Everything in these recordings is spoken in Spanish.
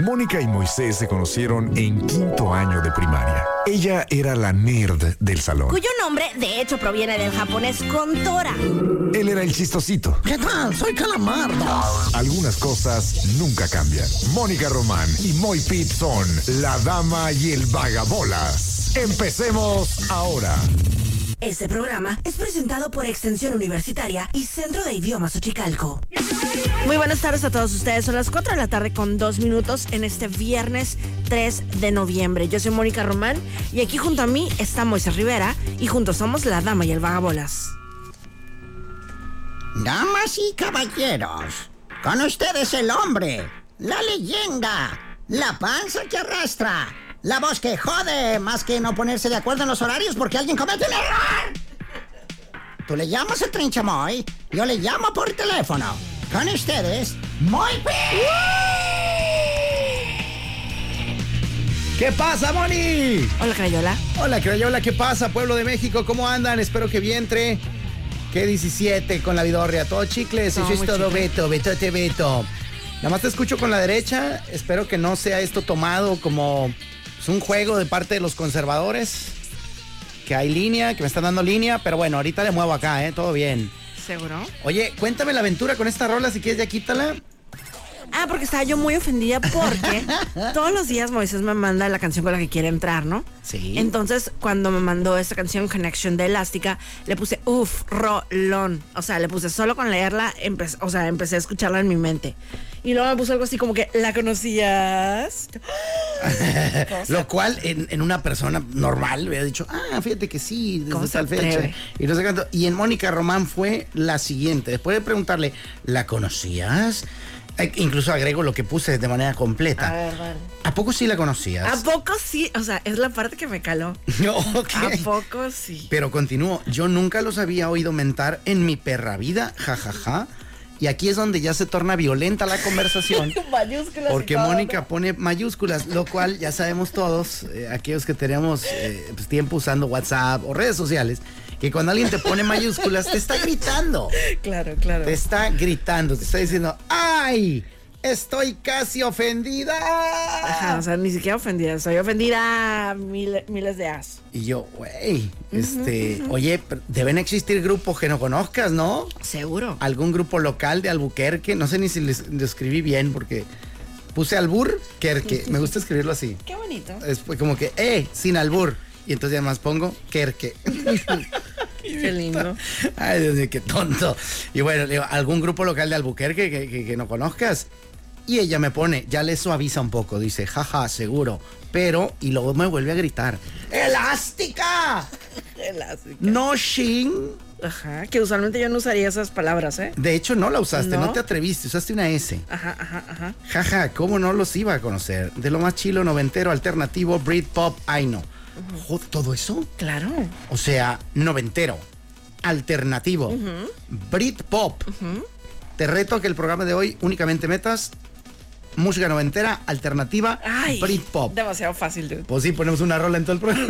Mónica y Moisés se conocieron en quinto año de primaria. Ella era la nerd del salón. Cuyo nombre, de hecho, proviene del japonés Kontora. Él era el chistosito. ¿Qué tal? Soy Calamardo. Algunas cosas nunca cambian. Mónica Román y Moy Pitt son la dama y el vagabolas. Empecemos ahora. Este programa es presentado por Extensión Universitaria y Centro de Idiomas Xochicalco. Muy buenas tardes a todos ustedes. Son las 4 de la tarde con 2 minutos en este viernes 3 de noviembre. Yo soy Mónica Román y aquí junto a mí está Moisés Rivera y juntos somos la dama y el vagabolas. Damas y caballeros, con ustedes el hombre, la leyenda, la panza que arrastra, la voz que jode más que no ponerse de acuerdo en los horarios porque alguien comete un error. Tú le llamas a Trinchamoy, yo le llamo por teléfono. Con ustedes, Moy Pitt. ¿Qué pasa, Moni? Hola, Crayola. Hola, Crayola, ¿qué pasa, pueblo de México? ¿Cómo andan? Espero que bien, Que 17 con la vidorria, todo chicles, No, eso es muy todo, chicle. Beto. Nada más te escucho con la derecha, espero que no sea esto tomado como un juego de parte de los conservadores, que hay línea, que me están dando línea, pero bueno, ahorita le muevo acá, todo bien. ¿Seguro? Oye, cuéntame la aventura con esta rola, si quieres ya quítala. Ah, porque estaba yo muy ofendida porque todos los días Moisés me manda la canción con la que quiere entrar, ¿no? Sí. Entonces, cuando me mandó esta canción Connection de Elástica, le puse rolón. O sea, le puse solo con leerla, empecé a escucharla en mi mente. Y luego me puso algo así como que, ¿la conocías? Lo cual en una persona normal hubiera dicho, fíjate que sí, desde ¿Cómo se tal fecha. atreve? Y no sé cuánto. Y en Mónica Román fue la siguiente. Después de preguntarle, ¿la conocías? Incluso agrego lo que puse de manera completa. A ver, vale. ¿A poco sí la conocías? ¿A poco sí? O sea, es la parte que me caló. No, ok. ¿A poco sí? Pero continúo. Yo nunca los había oído mentar en mi perra vida, jajaja. Y aquí es donde ya se torna violenta la conversación. Mayúsculas. Porque Mónica pone mayúsculas, lo cual ya sabemos todos, aquellos que tenemos pues, tiempo usando WhatsApp o redes sociales, que cuando alguien te pone mayúsculas te está gritando. Claro. Te está gritando, te está diciendo, ¡ay! Estoy casi ofendida. Ajá, o sea, ni siquiera ofendida. Estoy ofendida miles de as. Y yo, güey, oye, deben existir grupos que no conozcas, ¿no? Seguro. Algún grupo local de Albuquerque, no sé ni si lo escribí bien porque puse Alburquerque, me gusta escribirlo así. Qué bonito. Es como que, sin albur. Y entonces además pongo Querque. Qué lindo. Ay, Dios mío, qué tonto. Y bueno, le digo, algún grupo local de Albuquerque que no conozcas. Y ella me pone, ya le suaviza un poco, dice, jaja, seguro. Pero, y luego me vuelve a gritar, ¡Elástica! Elástica. No Shin. Ajá, que usualmente yo no usaría esas palabras, ¿eh? De hecho, no la usaste, ¿No? no te atreviste, usaste una S. Ajá. Jaja, ¿cómo no los iba a conocer? De lo más chilo, noventero, alternativo, Britpop, ay no. Joder, ¿todo eso? Claro. O sea, noventero, alternativo, Britpop. Te reto a que el programa de hoy únicamente metas música noventera, alternativa, Ay, Britpop. demasiado fácil, dude. Pues sí, ponemos una rola en todo el programa.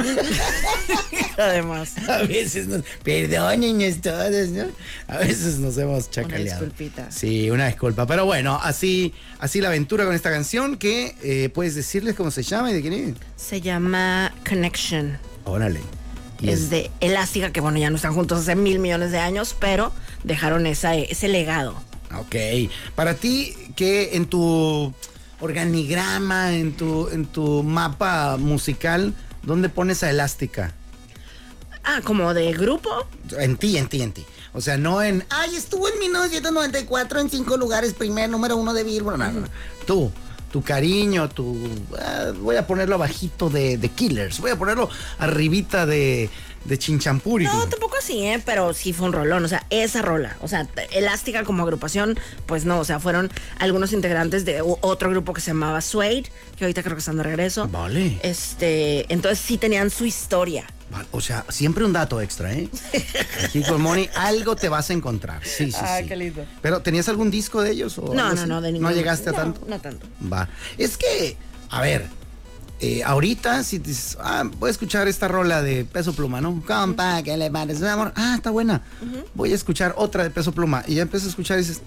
Además. A veces perdónennos todos, ¿no? A veces nos hemos Una chacaleado. disculpita. Sí, una disculpa. Pero bueno, así la aventura con esta canción que puedes decirles cómo se llama y de quién es. Se llama Connection. Órale. Y Es de Elástica, que bueno, ya no están juntos hace 1,000 millones de años, pero dejaron ese legado. Ok. Para ti, que en tu organigrama, en tu mapa musical, ¿dónde pones a Elástica? Ah, como de grupo. En ti. O sea, no en... ¡Ay, estuvo en 1994 en 5 lugares, número 1 de Billboard! No. Tu cariño, voy a ponerlo abajito de Killers. Voy a ponerlo arribita de Chinchampuri. No, tampoco así, pero sí fue un rolón, o sea, esa rola, o sea, Elástica como agrupación, pues no, o sea, fueron algunos integrantes de otro grupo que se llamaba Suede, que ahorita creo que están de regreso. Vale. Entonces sí tenían su historia. O sea, siempre un dato extra, ¿eh? Aquí con Moni, algo te vas a encontrar. Sí. Qué lindo. ¿Pero tenías algún disco de ellos? O No, algo así? de ninguno. ¿No llegaste a tanto? No tanto. Va. Es que, a ver, ahorita si dices, voy a escuchar esta rola de Peso Pluma, ¿no? Compa, ¿qué le parece, amor? Está buena. Voy a escuchar otra de Peso Pluma. Y ya empiezas a escuchar y dices, no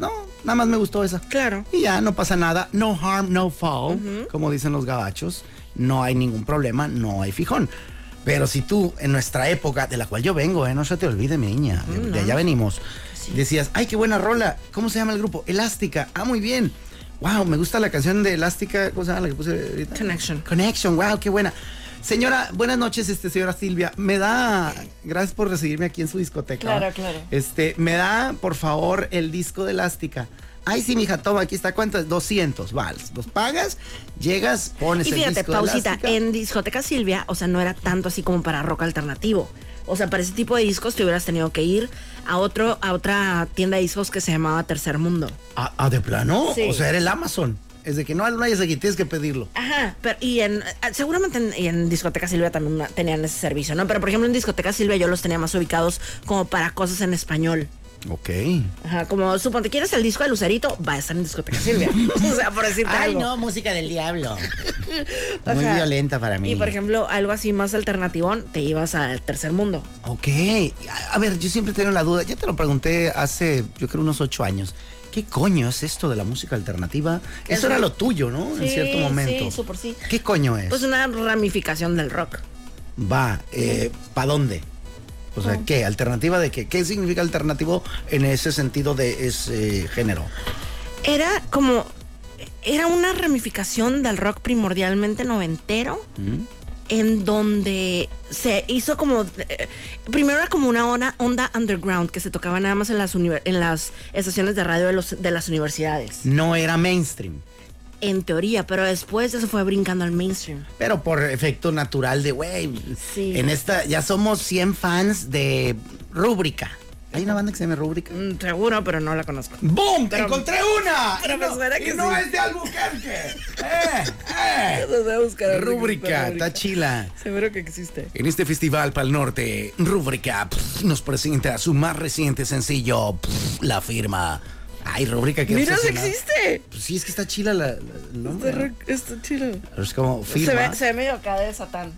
nada más me gustó esa. Claro. Y ya, no pasa nada. No harm, no foul, como dicen los gabachos. No hay ningún problema, no hay fijón. Pero si tú, en nuestra época, de la cual yo vengo, no se te olvide, mi niña, de allá venimos, decías, ay, qué buena rola, ¿cómo se llama el grupo? Elástica, muy bien. Wow, me gusta la canción de Elástica, ¿cómo se llama la que puse ahorita? Connection, wow, qué buena. Señora, buenas noches, señora Silvia. Gracias por recibirme aquí en su discoteca. Claro. Me da, por favor, el disco de Elástica. Ay, sí, mija, toma, aquí está, ¿cuánto es? 200, vales. Los pagas, llegas, pones el disco de Elástica. Y fíjate, pausita, en Discoteca Silvia, o sea, no era tanto así como para rock alternativo. O sea, para ese tipo de discos te hubieras tenido que ir a otra tienda de discos que se llamaba Tercer Mundo. ¿De plano? Sí. O sea, era el Amazon. Es de que no hayas aquí, tienes que pedirlo. Ajá, pero seguramente en Discoteca Silvia también tenían ese servicio, ¿no? Pero por ejemplo en Discoteca Silvia yo los tenía más ubicados como para cosas en español. Ok. Ajá, como suponte, ¿quieres el disco de Lucerito? Va a estar en Discoteca Silvia. O sea, por decirte algo. Ay, no, música del diablo. Muy violenta para mí. Y por ejemplo, algo así más alternativón, te ibas al Tercer Mundo. Ok. A ver, yo siempre tengo la duda. Ya te lo pregunté hace, yo creo, unos 8 años. ¿Qué coño es esto de la música alternativa? Eso era lo tuyo, ¿no? Sí, en cierto momento. Sí, súper sí. ¿Qué coño es? Pues una ramificación del rock. Va, ¿para dónde? O sea, ¿qué? ¿Alternativa de qué? ¿Qué significa alternativo en ese sentido de ese género? Era una ramificación del rock primordialmente noventero, en donde se hizo como... primero era como una onda underground que se tocaba nada más en las estaciones de radio de las universidades. No era mainstream. En teoría, pero después se fue brincando al mainstream. Pero por efecto natural de, güey, sí. En esta ya somos 100 fans de Rúbrica. ¿Hay una banda que se llama Rúbrica? Seguro, pero no la conozco. ¡Bum! ¡Te encontré una! Pero me suena que no sí. es de Albuquerque. Los voy a buscar. Rúbrica, está chila. Seguro que existe. En este festival para el norte, Rúbrica nos presenta su más reciente sencillo, La Firma. Ay, Rúbrica, que ¡mira, si existe! Pues sí, es que está chila el nombre. Está chido. Es como Firma. Se ve medio acá de Satán.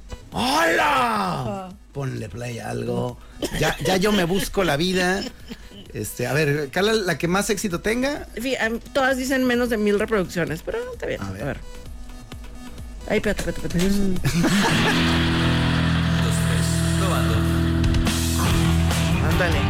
¡Hola! Ponle play a algo. Ya yo me busco la vida. A ver, Carla, la que más éxito tenga. Todas dicen menos de 1000 reproducciones, pero está bien. A ver. Ay, espérate. 2, 3, probando. Ándale.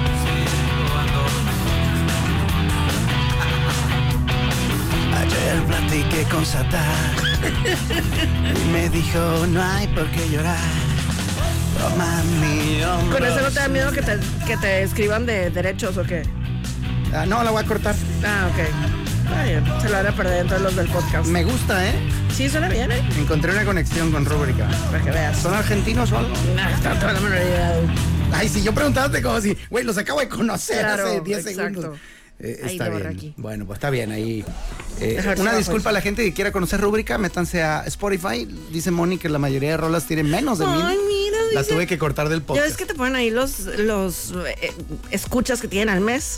Ayer platiqué con Satán y me dijo, no hay por qué llorar. Toma mi hombro. ¿Con eso no te da miedo que te escriban de derechos o qué? No, la voy a cortar. Ok. Está bien. Se la van a perder entonces los del podcast. Me gusta, ¿eh? Sí, suena bien, ¿eh? Encontré una conexión con Rúbrica. Para que veas. ¿Son argentinos o algo? No, está toda la menor idea. Ay, si yo preguntándote como si, güey, los acabo de conocer hace 10 exacto. segundos. Ahí Está bien. aquí. Bueno, pues está bien ahí. Dejar Una trabajo disculpa eso. a la gente que quiera conocer Rúbrica, métanse a Spotify. Dice Moni que la mayoría de rolas tienen menos de 1000. Ay, mira, La dice- tuve que cortar del Ya podcast. ves que te ponen ahí los escuchas que tienen al mes.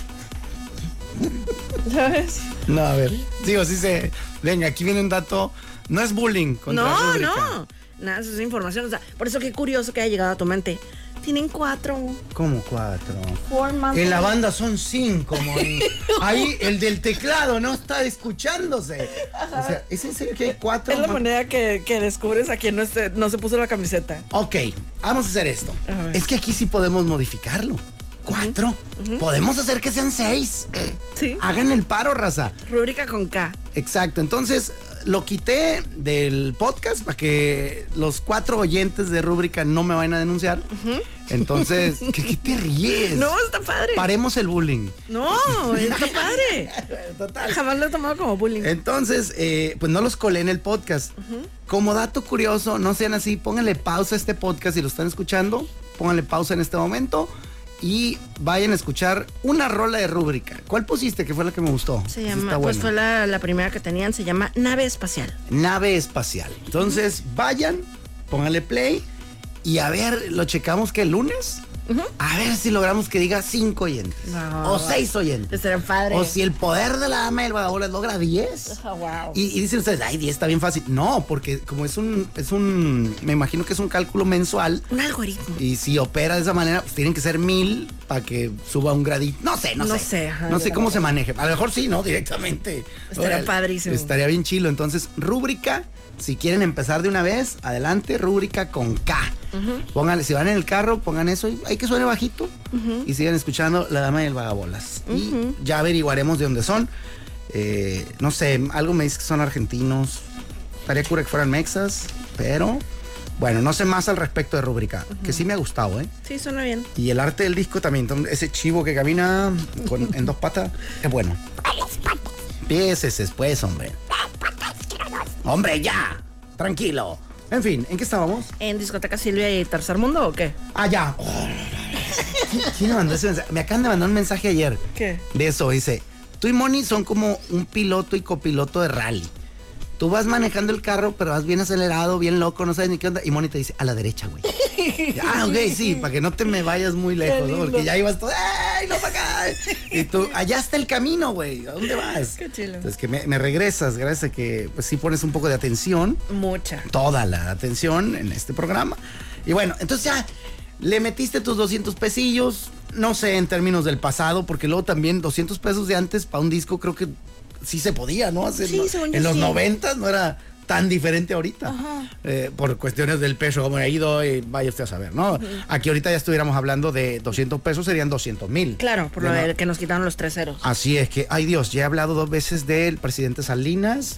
¿Sabes? No, a ver. Digo, sí se. Venga, aquí viene un dato. No es bullying contra Rúbrica. No. Nada, eso es información. O sea, por eso qué curioso que haya llegado a tu mente. Tienen 4. ¿Cómo 4? Forman. En la banda son 5, Moni. Ahí el del teclado no está escuchándose. O sea, ¿es en serio que hay 4? Es la manera que descubres a quien no se puso la camiseta. Ok, vamos a hacer esto. A ver. Es que aquí sí podemos modificarlo. 4. Podemos hacer que sean 6. Sí. Hagan el paro, raza. Rúbrica con K. Exacto. Entonces, lo quité del podcast para que los 4 oyentes de Rúbrica no me vayan a denunciar. Entonces, ¿qué te ríes? No, está padre. Paremos el bullying. No, está padre. Total. Jamás lo he tomado como bullying. Entonces, pues no los colé en el podcast. Como dato curioso, no sean así, pónganle pausa a este podcast si lo están escuchando. Pónganle pausa en este momento y vayan a escuchar una rola de Rúbrica. ¿Cuál pusiste? Que fue la que me gustó. Se Esa llama, está pues buena. fue la primera que tenían, se llama Nave Espacial. Nave espacial. Entonces, vayan, pónganle play y a ver, lo checamos que el lunes. A ver si logramos que diga 5 oyentes. O 6 oyentes. Estaría padre. O si el poder de la dama del vagabolas logra 10. Wow. Y dicen ustedes, ay, 10 está bien fácil. No, porque como es un, me imagino que es un cálculo mensual. Un algoritmo. Y si opera de esa manera, pues tienen que ser 1000 para que suba un gradito. No sé. No sé cómo se maneje. A lo mejor sí, ¿no? Directamente. Estaría padrísimo. Estaría bien chilo. Entonces, rúbrica, si quieren empezar de una vez, adelante, rúbrica con K. Pónganle, si van en el carro, pongan eso y hay que suene bajito. Y sigan escuchando La Dama del Vagabolas. Y ya averiguaremos de dónde son. No sé, algo me dice que son argentinos. Estaría cura que fueran mexas, pero bueno, no sé más al respecto de rúbrica, que sí me ha gustado, ¿eh? Sí, suena bien. Y el arte del disco también, ese chivo que camina en 2 patas, es bueno. Empieces después, hombre. Hombre, ya, tranquilo. En fin, ¿en qué estábamos? ¿En Discoteca Silvia y Tercer Mundo o qué? Ah, ya. ¿Quién me mandó ese mensaje? Me acaban de mandar un mensaje ayer. ¿Qué? De eso, dice, tú y Moni son como un piloto y copiloto de rally. Tú vas manejando el carro, pero vas bien acelerado, bien loco, no sabes ni qué onda. Y Moni te dice, a la derecha, güey. Ok, sí, para que no te me vayas muy lejos, ¿no? Porque ya ibas todo, ¡ay, no para acá! Y tú, allá está el camino, güey. ¿A dónde vas? Qué chilo. Entonces que me regresas, gracias a que pues sí pones un poco de atención. Mucha. Toda la atención en este programa. Y bueno, entonces ya le metiste tus 200 pesillos, no sé en términos del pasado, porque luego también 200 pesos de antes para un disco creo que sí se podía, ¿no? Hacer, sí, ¿no? En los 90 no era tan diferente ahorita. Por cuestiones del peso, como ha ido, y vaya usted a saber, ¿no? Aquí ahorita ya estuviéramos hablando de 200 pesos, serían 200,000. Claro, por lo de que nos quitaron los 3 ceros. Así es que, ay Dios, ya he hablado 2 veces del presidente Salinas.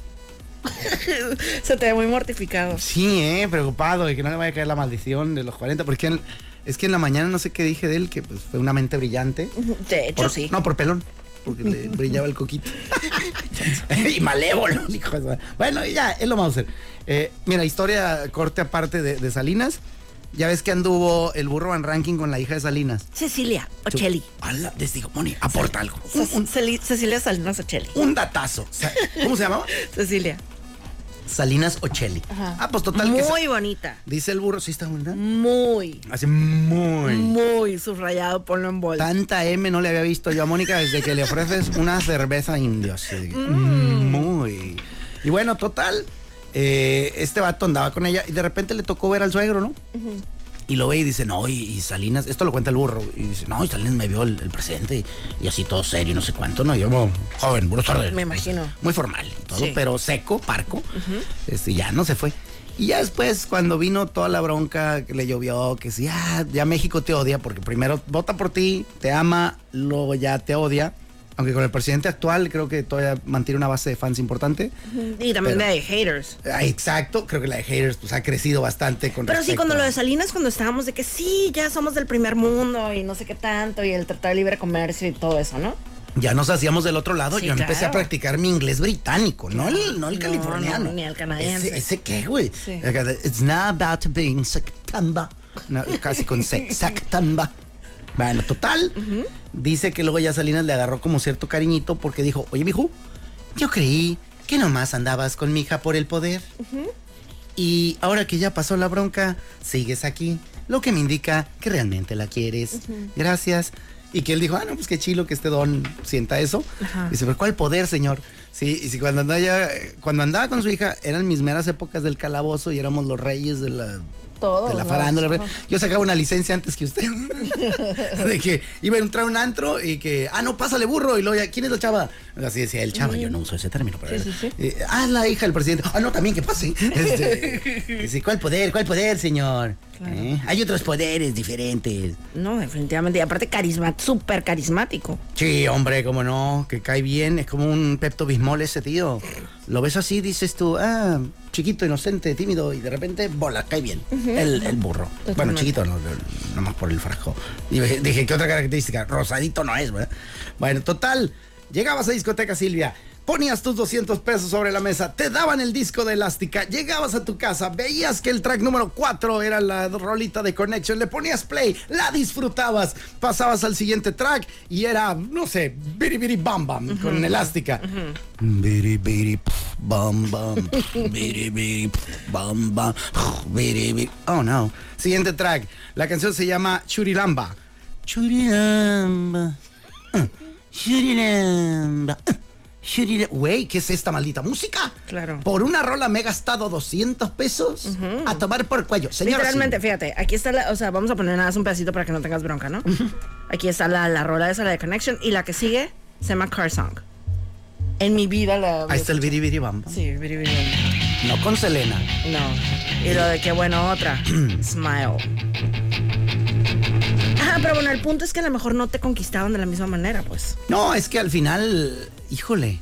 Se te ve muy mortificado. Sí, preocupado de que no le vaya a caer la maldición de los 40, porque es que en la mañana no sé qué dije de él, que pues, fue una mente brillante. De hecho, sí. No, por pelón, porque le brillaba el coquito. Y malévolo, hijo de... Bueno, ya, es lo vamos a hacer. Mira, historia corte aparte de Salinas. Ya ves que anduvo el burro Van Ranking con la hija de Salinas. Cecilia Ochelli. Les digo, Moni, aporta algo. Cecilia Salinas Ochelli. Un datazo. ¿Cómo se llamaba? Cecilia Salinas Ochelli. Ajá. Ah, pues total. Muy bonita. Dice el burro, ¿sí está bonita? Muy. Así muy. Muy subrayado, ponlo en bolsa. Tanta M no le había visto yo a Mónica desde que le ofreces una cerveza indio. Muy. Y bueno, total, este vato andaba con ella y de repente le tocó ver al suegro, ¿no? Y lo ve y dice, no, y Salinas, esto lo cuenta el burro, y dice, no, y Salinas me vio el presidente, y así todo serio, no sé cuánto, ¿no? Yo, joven, burro tarde. Me imagino. Muy formal, todo, sí. Pero seco, parco, ya no se fue. Y ya después, cuando vino toda la bronca, que le llovió, que sí, ya México te odia, porque primero vota por ti, te ama, luego ya te odia. Aunque con el presidente actual creo que todavía mantiene una base de fans importante. Y también la de haters. Exacto, creo que la de haters pues ha crecido bastante con Pero respecto. sí, cuando lo de Salinas, cuando estábamos de que sí, ya somos del primer mundo y no sé qué tanto, y el Tratado de Libre Comercio y todo eso, ¿no? Ya nos hacíamos del otro lado, sí, yo claro. Empecé a practicar mi inglés británico, no el californiano. No, ni el canadiense. ¿Ese qué, güey? Sí. It's not about being sectamba. No, casi con sectamba. Bueno, total, dice que luego ya Salinas le agarró como cierto cariñito porque dijo, oye, mijo, yo creí que nomás andabas con mi hija por el poder. Y ahora que ya pasó la bronca, sigues aquí, lo que me indica que realmente la quieres. Gracias. Y que él dijo, no, pues qué chilo que este don sienta eso. Dice, pero ¿cuál poder, señor? Sí, y si cuando andaba con su hija, eran mis meras épocas del calabozo y éramos los reyes de la... Todo, de la farándula. Yo sacaba una licencia antes que usted. De que iba a entrar a un antro y que, no, pásale burro. Y luego, ¿quién es la chava? Así decía el chava, yo no uso ese término. Pero sí. La hija del presidente. No, también que pase. Dice, ¿cuál poder, señor? Claro. Hay otros poderes diferentes. No, definitivamente. Y aparte, súper carismático. Sí, hombre, cómo no, que cae bien. Es como un Pepto Bismol ese tío. Lo ves así, dices tú, chiquito, inocente, tímido, y de repente, bola, cae bien. El burro. Totalmente. Bueno, chiquito, no, nomás por el frasco. Dije, ¿qué otra característica? Rosadito no es, ¿verdad? Bueno, total, llegabas a Discoteca Silvia. Ponías tus 200 pesos sobre la mesa, te daban el disco de Elástica, llegabas a tu casa, veías que el track número 4 era la rolita de Connection, le ponías play, la disfrutabas, pasabas al siguiente track y era, no sé, Biri Biri Bam Bam con Elástica. Biri Biri Bam Bam, Biri Biri Bam Bam, Biri Biri. Oh no. Siguiente track, la canción se llama Churilamba. Churilamba. Churilamba. Güey, ¿qué es esta maldita música? Claro. Por una rola me he gastado 200 pesos a tomar por el cuello. Señora, literalmente, fíjate, aquí está o sea, vamos a poner nada más un pedacito para que no tengas bronca, ¿no? Aquí está la rola esa, la de Connection, y la que sigue se llama Car Song. En mi vida la... Ahí está el Biri Biri Bam Bam. Sí, Biri Biri Bam Bam. No con Selena. No. Y lo de que, bueno, otra. Smile. Ajá, pero bueno, el punto es que a lo mejor no te conquistaban de la misma manera, pues. No, es que al final, híjole,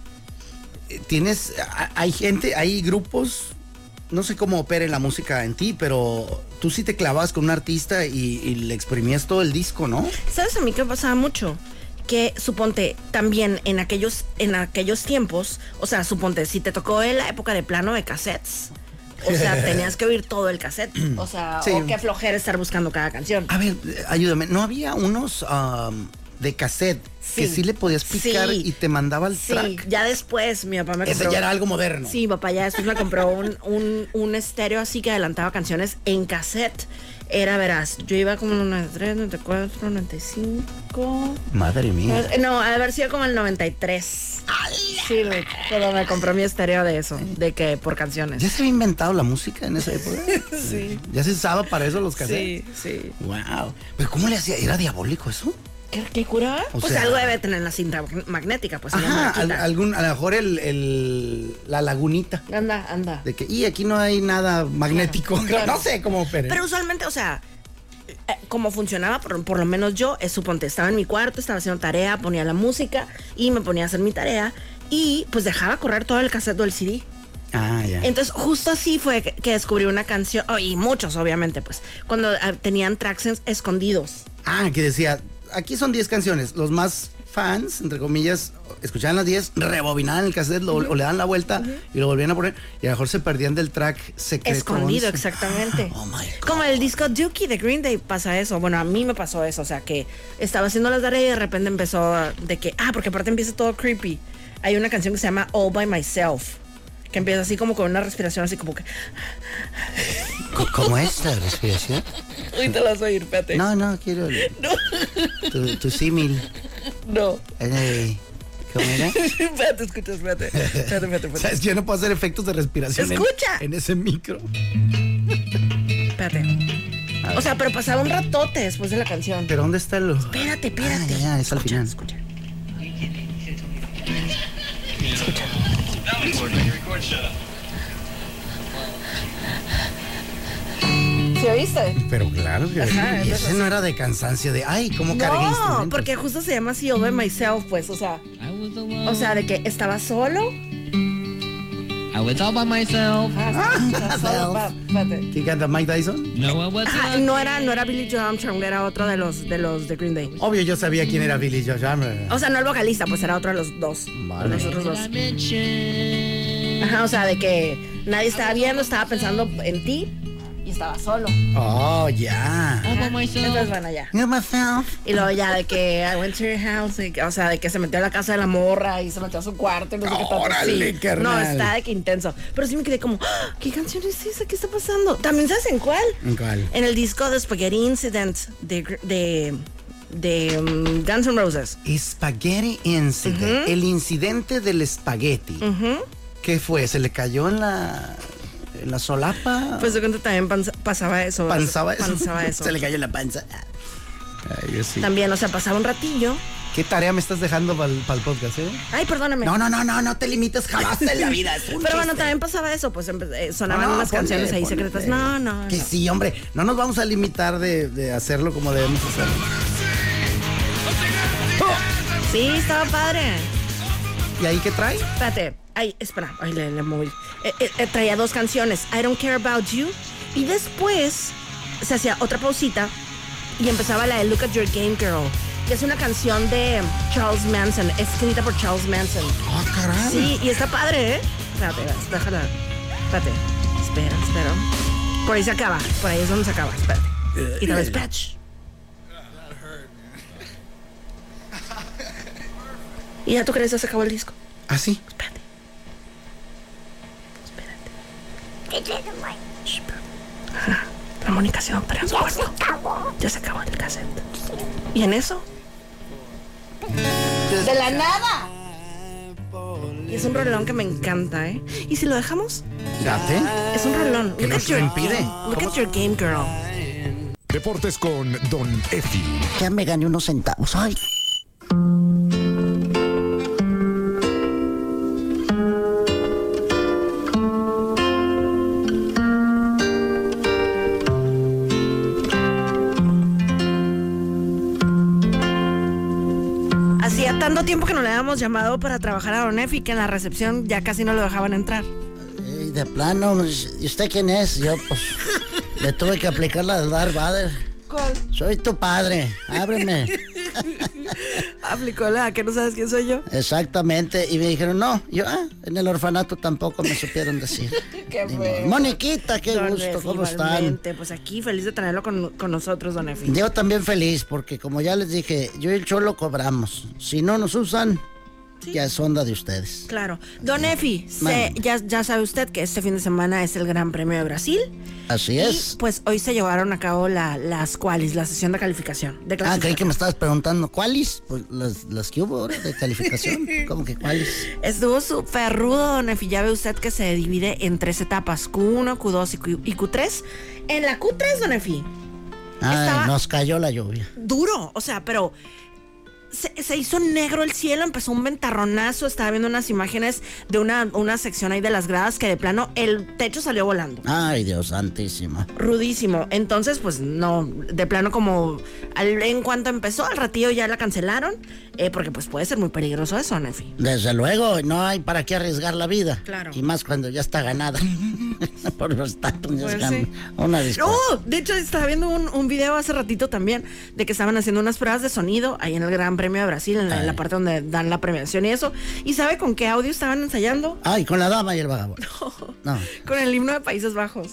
hay gente, hay grupos, no sé cómo opere la música en ti, pero tú sí te clavas con un artista y le exprimías todo el disco, ¿no? ¿ ¿Sabes a mí qué pasaba mucho? Que suponte también en aquellos tiempos, o sea, suponte, si te tocó en la época de plano de cassettes, o sea, tenías que oír todo el cassette, o sea, sí. O qué flojera estar buscando cada canción. A ver, ayúdame, ¿no había unos de cassette que sí le podías picar y te mandaba el track? Sí, ya después mi papá me compró... Ese ya era algo moderno. Sí, papá ya después me compró un estéreo así que adelantaba canciones en cassette. Era, verás, yo iba como en el 93, 94, 95... Madre mía. No, a haber sido como el 93. Sí, pero me compró mi estéreo de eso, de que por canciones. ¿Ya se había inventado la música en esa época? Sí. ¿Ya se usaba para eso los cassettes? Sí. Wow. ¿Pero cómo le hacía? ¿Era diabólico eso? ¿Qué curaba? Pues sea, algo debe tener la cinta magnética, pues. Ajá, a lo mejor la lagunita. Anda. De que, y aquí no hay nada magnético. Claro. No sé cómo opera. Pero usualmente, o sea, como funcionaba, por lo menos yo, suponte, estaba en mi cuarto, estaba haciendo tarea, ponía la música y me ponía a hacer mi tarea y pues dejaba correr todo el cassette o el CD. Ah, ya. Entonces, justo así fue que descubrí una canción, y muchos, obviamente, pues, cuando tenían tracks escondidos. Ah, que decía... Aquí son 10 canciones. Los más fans, entre comillas, escuchaban las 10, rebobinaban el cassette o le daban la vuelta y lo volvían a poner. Y a lo mejor se perdían del track secreto. Escondido, exactamente. Oh my God. Como el disco Dookie de Green Day pasa eso. Bueno, a mí me pasó eso. O sea, que estaba haciendo las tareas y de repente empezó de que... porque aparte empieza todo creepy. Hay una canción que se llama All By Myself, que empieza así como con una respiración así como que... ¿Cómo es la respiración? Uy, te la vas a oír, espérate. No, quiero... No. Tu símil. No. ¿Cómo era? Espérate, espérate. ¿Sabes? Yo no puedo hacer efectos de respiración. ¡Escucha! En ese micro. Espérate. O sea, pero pasaba un ratote después de la canción. ¿Pero dónde está lo...? Espérate. Ya, es al final. Escucha. ¿Sí oíste? Pero claro que... Ajá, y ese no era de cansancio, de... Ay, ¿cómo cargué instrumentos? No, porque justo se llama así All By Myself, pues, o sea, de que estaba solo. I was all by myself. Espérate. ¿Quién canta? ¿Mike Tyson? No, no era Billy Joe Armstrong, era otro de los de Green Day. Obvio, yo sabía quién era Billy Joe Armstrong. O sea, no el vocalista, pues era otro de los dos. Vale. De los otros dos. Ajá, o sea, de que nadie estaba viendo, estaba pensando en ti y estaba solo. Oh, ya. Entonces, bueno, ya. Y luego ya de que I went to your house, o sea, de que se metió a la casa de la morra y se metió a su cuarto y no sé qué tanto. ¡Órale, carnal! No, está de que intenso. Pero sí me quedé como, ¿qué canción es esa? ¿Qué está pasando? ¿También sabes en cuál? ¿En cuál? En el disco de Spaghetti Incident de Guns N' Roses. Spaghetti Incident. El incidente del espagueti. ¿Qué fue? ¿Se le cayó en la solapa? Pues de cuenta también pasaba eso. ¿Panzaba eso? Panzaba eso. Se le cayó en la panza. Ay, yo sí. También, o sea, pasaba un ratillo. ¿Qué tarea me estás dejando para el podcast, Ay, perdóname. No te limites jamás en la vida. Pero bueno, también pasaba eso, pues sonaban unas canciones ahí secretas. No. Que sí, hombre, no nos vamos a limitar de hacerlo como debemos hacerlo. Sí, estaba padre. ¿Y ahí qué trae? Espérate. Ay, espera. Ay, le moví. Traía 2 canciones. I Don't Care About You. Y después se hacía otra pausita y empezaba la de Look at Your Game Girl, que es una canción de Charles Manson, escrita por Charles Manson. Oh, caray. Sí, y está padre, ¿eh? Espérate, déjala. Espérate. Espera. Por ahí se acaba. Por ahí es donde se acaba. Espérate. Y tal vez, patch. ¿Y ya tú crees que se acabó el disco? ¿Ah, sí? Espérate. La Mónica se va para el cuarto. Ya se acabó el cassette. ¿Y en eso? ¡De la nada! Y es un rolón que me encanta, ¿eh? ¿Y si lo dejamos? ¿Date? Es un rolón. ¿Qué nos lo impide? Look at your game, girl. Deportes con Don Efi. Ya me gané unos centavos. Ay. Hacía tanto tiempo que no le habíamos llamado para trabajar a Don Efi que en la recepción ya casi no lo dejaban entrar. De plano, ¿y usted quién es? Yo, pues, le tuve que aplicar la de Darth Vader. ¿Cuál? Soy tu padre, ábreme. Aplicó la que no sabes quién soy yo. Exactamente, y me dijeron, no, yo, en el orfanato tampoco me supieron decir. Qué Ni bueno. modo. Moniquita, qué Don gusto, Efi, ¿cómo están? igualmente. Pues aquí feliz de tenerlo con nosotros, Don Efi. Yo también feliz, porque como ya les dije, yo y el Cholo cobramos. Si no nos usan, ya es onda de ustedes. Claro. Don Efi, Mande. ya sabe usted que este fin de semana es el Gran Premio de Brasil. Así Y es. pues hoy se llevaron a cabo las qualis, la sesión de calificación. De Creí clasificación. que me estabas preguntando, ¿cuáles? Pues las que hubo ahora de calificación. ¿Cómo que cuáles? Estuvo súper rudo, Don Efi. Ya ve usted que se divide en 3 etapas, Q1, Q2 y Q3. En la Q3, Don Efi, Estaba- Nos cayó la lluvia. duro, o sea, pero se hizo negro el cielo, empezó un ventarronazo, estaba viendo unas imágenes de una sección ahí de las gradas que de plano el techo salió volando. Ay, Dios santísimo. Rudísimo. Entonces, pues no, de plano como en cuanto empezó, al ratillo ya la cancelaron, porque pues puede ser muy peligroso eso, Nefi. Desde luego, no hay para qué arriesgar la vida. Claro. Y más cuando ya está ganada. Por los tacos. Pues sí. Una disculpa. No, de hecho estaba viendo un video hace ratito también de que estaban haciendo unas pruebas de sonido ahí en el Gran Premio de Brasil, en la parte donde dan la premiación y eso. ¿Y sabe con qué audio estaban ensayando? Ay, con la dama y el vagabundo. No. Con el himno de Países Bajos.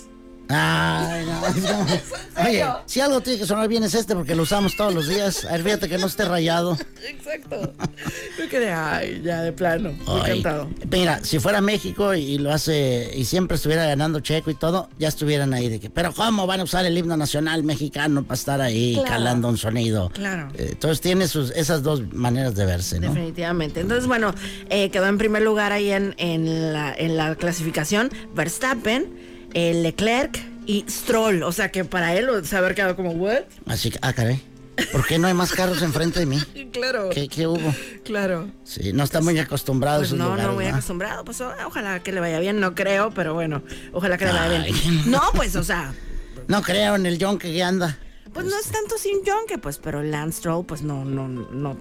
Ay, no. Oye, si algo tiene que sonar bien es porque lo usamos todos los días. A ver, fíjate que no esté rayado. Exacto. Me quedé, ay, ya de plano. Muy Ay, encantado. mira, si fuera México y lo hace y siempre estuviera ganando Checo y todo, ya estuvieran ahí de que, pero ¿cómo van a usar el himno nacional mexicano para estar ahí Claro. calando un sonido? Claro. Entonces tiene esas dos maneras de verse, ¿no? Definitivamente. Entonces, bueno, quedó en primer lugar ahí en la clasificación Verstappen, Leclerc y Stroll. O sea que para él se haber quedado como, ¿what? Así que, caray, ¿por qué no hay más carros enfrente de mí? Claro. ¿Qué hubo? Claro. Sí, no está muy acostumbrado a Pues esos no, lugares, no muy ¿no? acostumbrado. Pues ojalá que le vaya bien. No creo, pero bueno, ojalá que le vaya Ay. bien. No, pues, o sea, No creo en el John que anda. pues no es tanto sin Jonque, pues, pero Lance Stroll, pues no. No,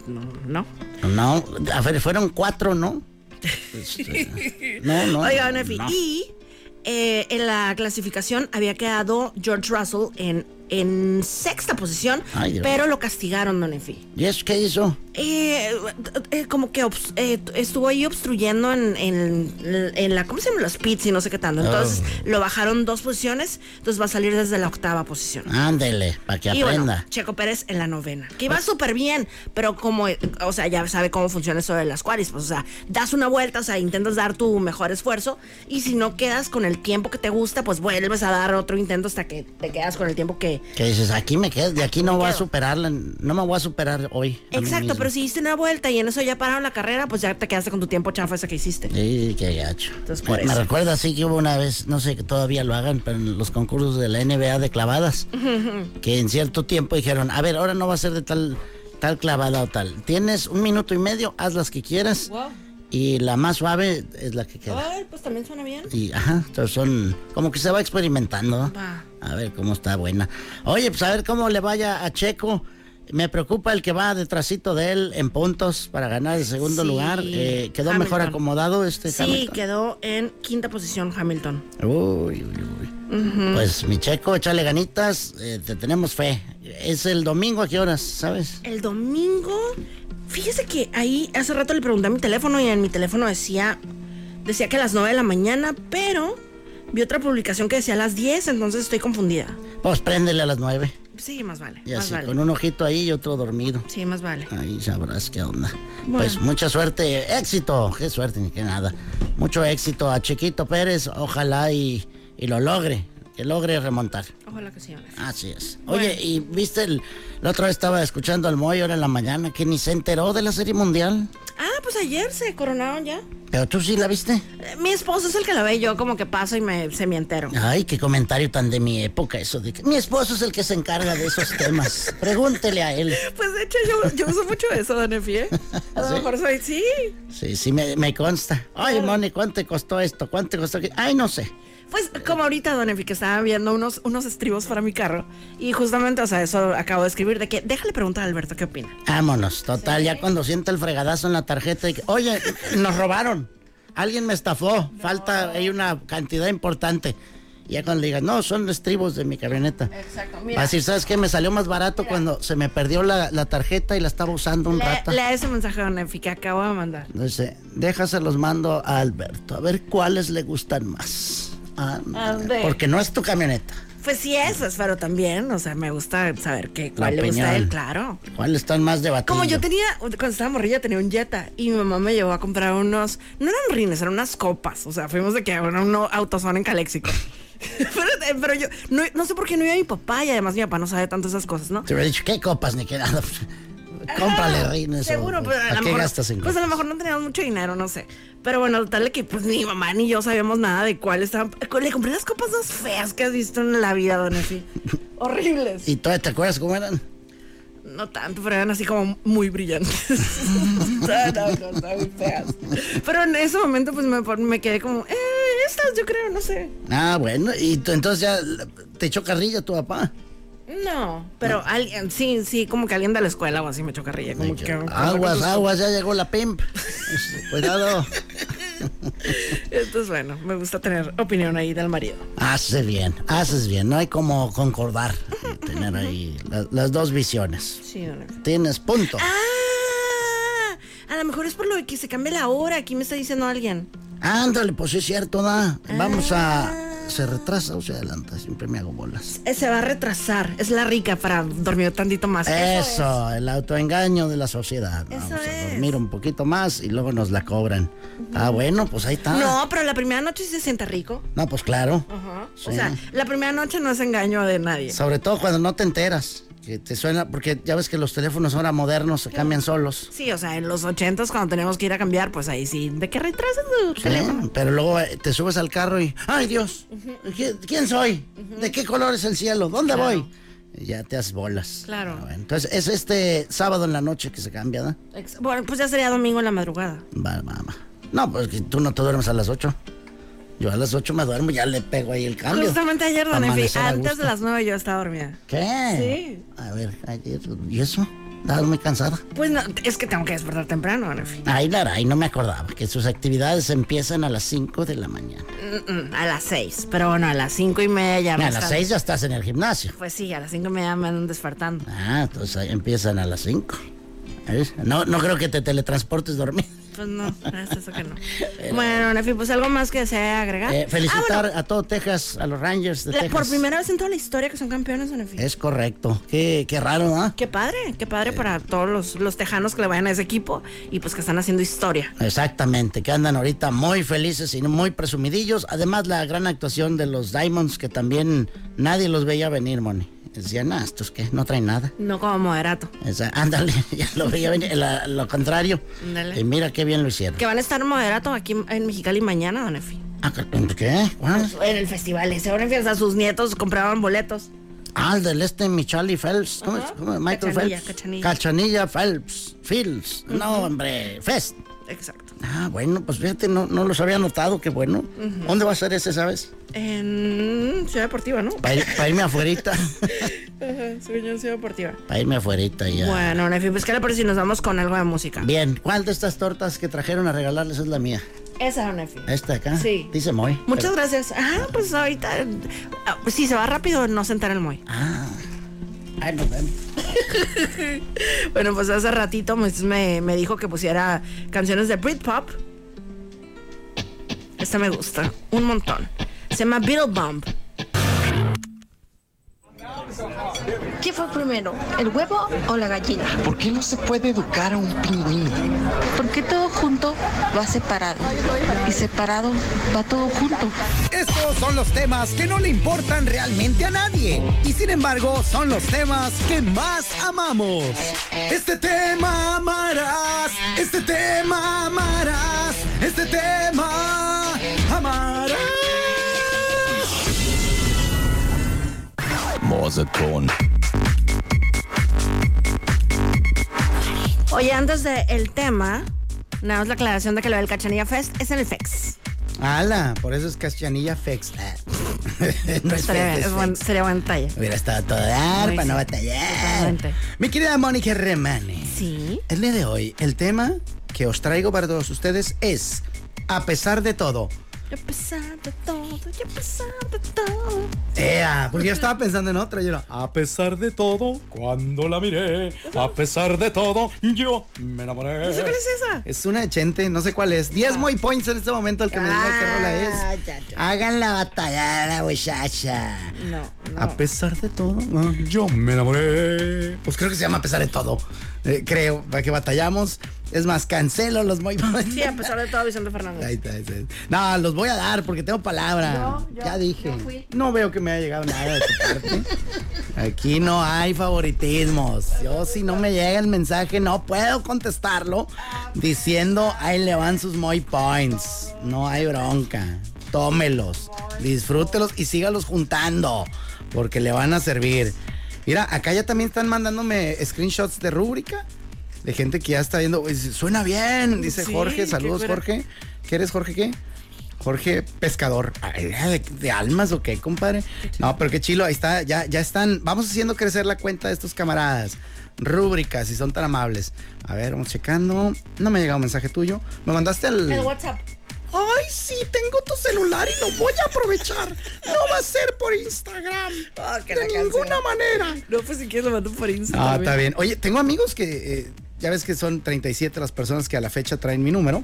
a ver, fueron 4, ¿no? No. Oiga, Nefi, no. y en la clasificación había quedado George Russell en sexta posición, Ay, Dios. pero lo castigaron, Don Efi. ¿Y eso qué hizo? Como que estuvo ahí obstruyendo en la, ¿cómo se llama? Los pits y no sé qué tanto. Entonces lo bajaron 2 posiciones, entonces va a salir desde la 8ª posición. Ándele, para que Y aprenda. bueno, Checo Pérez en la 9ª, que iba súper bien, pero como, o sea, ya sabe cómo funciona eso de las qualis, pues, o sea, das una vuelta, o sea, intentas dar tu mejor esfuerzo, y si no quedas con el tiempo que te gusta, pues vuelves a dar otro intento hasta que te quedas con el tiempo que... Que dices, aquí me quedo, de aquí no voy a quedo. superarla, no me voy a superar hoy. a mí Exacto, mismo. pero si hiciste una vuelta y en eso ya pararon la carrera, pues ya te quedaste con tu tiempo chafa ese que hiciste. Sí, qué gacho. Entonces, por me eso. recuerda así que hubo una vez, no sé que todavía lo hagan, pero en los concursos de la NBA de clavadas, que en cierto tiempo dijeron, a ver, ahora no va a ser de tal clavada o tal. Tienes 1 minuto y medio, haz las que quieras. Wow. Y la más suave es la que queda. Ay, pues también suena bien. Y entonces son como que se va experimentando, ¿no? Va. A ver cómo está buena. Oye, pues a ver cómo le vaya a Checo. Me preocupa el que va detrásito de él en puntos para ganar el segundo Sí, lugar. Quedó Hamilton. mejor acomodado este Sí, Hamilton. quedó en 5ª posición Hamilton. Uy. Pues mi Checo, échale ganitas, te tenemos fe. Es el domingo, ¿a qué horas, sabes? El domingo Fíjese que ahí hace rato le pregunté a mi teléfono y en mi teléfono decía que a las 9 de la mañana, pero vi otra publicación que decía a las 10, entonces estoy confundida. Pues préndele a las 9. Sí, más vale. Y más así, vale. con un ojito ahí y otro dormido. Sí, más vale. Ahí sabrás qué onda. Bueno. Pues mucha suerte, éxito, qué suerte ni qué nada. Mucho éxito a Chiquito Pérez, ojalá y lo logre, que logre remontar. Ojalá que sí, Nefi. Así es. Bueno. Oye, ¿y viste la otra vez estaba escuchando al Moy ahora en la mañana que ni se enteró de la Serie Mundial? Ah, pues ayer se coronaron ya. ¿Pero tú sí la viste? Mi esposo es el que la ve, yo como que paso y se me entero. Ay, qué comentario tan de mi época eso de que mi esposo es el que se encarga de esos temas. Pregúntele a él. Pues de hecho yo uso mucho eso, don Efi, ¿eh? A lo ¿Sí? mejor soy, sí. Sí, me consta. Ay, Moni, ¿cuánto te costó esto? ¿Cuánto te costó aquello? Ay, no sé. Pues como ahorita, don Efi, que estaba viendo unos estribos para mi carro. Y justamente, o sea, eso acabo de escribir, de que déjale preguntar a Alberto qué opina. Vámonos, total, ya cuando sienta el fregadazo en la tarjeta y que, oye, nos robaron, alguien me estafó, falta ahí una cantidad importante. Y ya cuando le digas, no, son estribos de mi camioneta. Exacto, Va a mira. decir, ¿sabes qué? Me salió más barato cuando se me perdió la tarjeta y la estaba usando un rato. Lea ese mensaje, don Efi, que acabo de mandar. Entonces, déjaselos mando a Alberto, a ver cuáles le gustan más. Ande. Porque no es tu camioneta. Pues sí, eso es, pero también, o sea, me gusta saber cuál le gusta a él, claro. ¿Cuáles están más debatidos? Como yo tenía, cuando estaba morrilla, tenía un Jetta y mi mamá me llevó a comprar no eran rines, eran unas copas, o sea, fuimos de que era un AutoZone en Caléxico. pero yo, no sé por qué no iba mi papá y además mi papá no sabe tanto esas cosas, ¿no? Te hubiera dicho, ¿qué copas ni qué nada? Cómprale rines. Seguro, pero a ¿para lo qué mejor, gastas en pues a lo mejor no teníamos mucho dinero, no sé. Pero bueno, tal de que pues ni mi mamá ni yo sabíamos nada de cuáles estaban. Le compré las copas más feas que has visto en la vida, don Efi. Horribles. ¿Y todavía te acuerdas cómo eran? No tanto, pero eran así como muy brillantes. Estaban muy feas. Pero en ese momento pues me quedé como, estas yo creo, no sé. Ah, bueno, y entonces ya te echó carrilla tu papá. No, pero alguien, sí, como que alguien de la escuela o así me echó carrilla. Como que, Aguas, ya llegó la pimp. Cuidado. Entonces, bueno, me gusta tener opinión ahí del marido. Haces bien. No hay como concordar y tener ahí las dos visiones. Sí, don Efi. Tienes punto. A lo mejor es por lo de que se cambie la hora. Aquí me está diciendo alguien. Ándale, pues sí es cierto, ¿no? Vamos a... ¿Se retrasa o se adelanta? Siempre me hago bolas. Se va a retrasar. Es la rica para dormir tantito más. Eso, el autoengaño de la sociedad. Eso Vamos a es. dormir un poquito más y luego nos la cobran. Ah, bueno, pues ahí está. No, pero la primera noche sí se siente rico. No, pues claro. Ajá. Sí. O sea, la primera noche no es engaño de nadie. Sobre todo cuando no te enteras. Que te suena, porque ya ves que los teléfonos ahora modernos se cambian solos. Sí, o sea, en los 80s cuando teníamos que ir a cambiar, pues ahí sí, ¿de qué retrasas tu Sí, teléfono? pero luego te subes al carro y, ¡ay, Dios! ¿Quién soy? ¿De qué color es el cielo? ¿Dónde Claro. voy? Y ya te haces bolas. Claro. Ah, bueno, entonces, es este sábado en la noche que se cambia, ¿no? Bueno, pues ya sería domingo en la madrugada. Va. No, pues que tú no te duermes a las 8. Yo a las 8 me duermo, ya le pego ahí el cambio. Justamente ayer, don Efi, Amanecer a antes gusto. de las 9 yo estaba dormida. ¿Qué? Sí. A ver, ayer, ¿y eso? Estabas muy cansada. Pues no, es que tengo que despertar temprano, don Efi. Ay, Laray, no me acordaba que sus actividades empiezan a las 5 de la mañana. A las 6, pero bueno, a las 5:30 ya me A las 6 ya estás en el gimnasio. Pues sí, a las 5:30 me andan despertando. Ah, entonces ahí empiezan a las 5. No creo que te teletransportes dormido. Pues no, es eso que no. Bueno, Nefi, pues algo más que desea agregar. Felicitar bueno, a todo Texas, a los Rangers de Texas. por primera vez en toda la historia que son campeones, Nefi. Es correcto. Qué raro, ¿ah? Qué padre para todos los tejanos que le vayan a ese equipo y pues que están haciendo historia. Exactamente, que andan ahorita muy felices y muy presumidillos. Además, la gran actuación de los Diamonds, que también nadie los veía venir, Moni. Decían, ¿estos qué? No traen nada. No como moderato. Ándale, ya lo veía venir, lo contrario. Ándale. Y mira qué bien lo hicieron. Que van a estar moderato aquí en Mexicali mañana, don Efi. ¿Qué? ¿Cuál? En el festival ese, don Efi, hasta sus nietos compraban boletos. El del Michali Phelps. ¿Cómo es? Michael Cachanilla, Phelps. Cachanilla. Phelps. Fields. No, hombre, Fest. Exacto. Bueno, pues fíjate, no los había notado, qué bueno. ¿Dónde va a ser ese, sabes? En Ciudad Deportiva, ¿no? Para irme afuerita. Ajá, sueño en Ciudad Deportiva. Para irme afuerita ya. Bueno, Nefi, pues ¿qué le parece si nos vamos con algo de música? Bien, ¿cuál de estas tortas que trajeron a regalarles es la mía? Esa, Nefi. ¿Esta acá? Sí. Dice Moy. Muchas gracias. Pues ahorita, si se va rápido, no se entera el Moy. Ay, nos vemos. Bueno, pues hace ratito me dijo que pusiera canciones de Britpop. Esta me gusta un montón. Se llama Beetle Bomb. ¿Qué fue primero, el huevo o la gallina? ¿Por qué no se puede educar a un pingüino? Porque todo junto va separado y separado va todo junto. Estos son los temas que no le importan realmente a nadie y sin embargo son los temas que más amamos. Este tema amarás, este tema amarás, este tema amarás. Morseton. Oye, antes del tema, nada más la aclaración de que lo del Cachanilla Fest es en el FEX. ¡Hala! Por eso es Cachanilla Fex. No es Sería buen detalle. Hubiera estado todo dar para no batallar. Totalmente. Mi querida Mónica Remane. Sí. El día de hoy, el tema que os traigo para todos ustedes es A pesar de todo. Y a pesar de todo, y a pesar de todo. Porque yo estaba pensando en otra. Yo era, a pesar de todo, cuando la miré, a pesar de todo, yo me enamoré. ¿No sé cuál es esa? Es una de Chente, no sé cuál es. 10 muy points en este momento el que me diga qué rola es. Ya. Hagan la batalla, muchacha. No. A pesar de todo, yo me enamoré. Pues creo que se llama A pesar de todo. Creo, para que batallamos. Es más, cancelo los muy points. Sí, a pesar de todo, Vicente Fernández. Ahí está. No, los voy a dar porque tengo palabra. Ya dije. No veo que me haya llegado nada de tu parte. Aquí no hay favoritismos. Yo, si no me llega el mensaje, no puedo contestarlo diciendo ahí le van sus muy points. No hay bronca. Tómelos, disfrútelos y sígalos juntando porque le van a servir. Mira, acá ya también están mandándome screenshots de rúbrica. De gente que ya está viendo, suena bien, dice Sí, Jorge, saludos Jorge. ¿Qué eres, Jorge, qué? Jorge Pescador. Ay, ¿de almas o qué, compadre? No, pero qué chilo, ahí está, ya están, vamos haciendo crecer la cuenta de estos camaradas. Rúbricas, si son tan amables. A ver, vamos checando. No me ha llegado un mensaje tuyo. Me mandaste El WhatsApp. Ay, sí, tengo tu celular y lo voy a aprovechar. No va a ser por Instagram. De ninguna manera. No, pues si quieres lo mando por Instagram. Ah, está bien. Oye, tengo amigos que, ya ves que son 37 las personas que a la fecha traen mi número.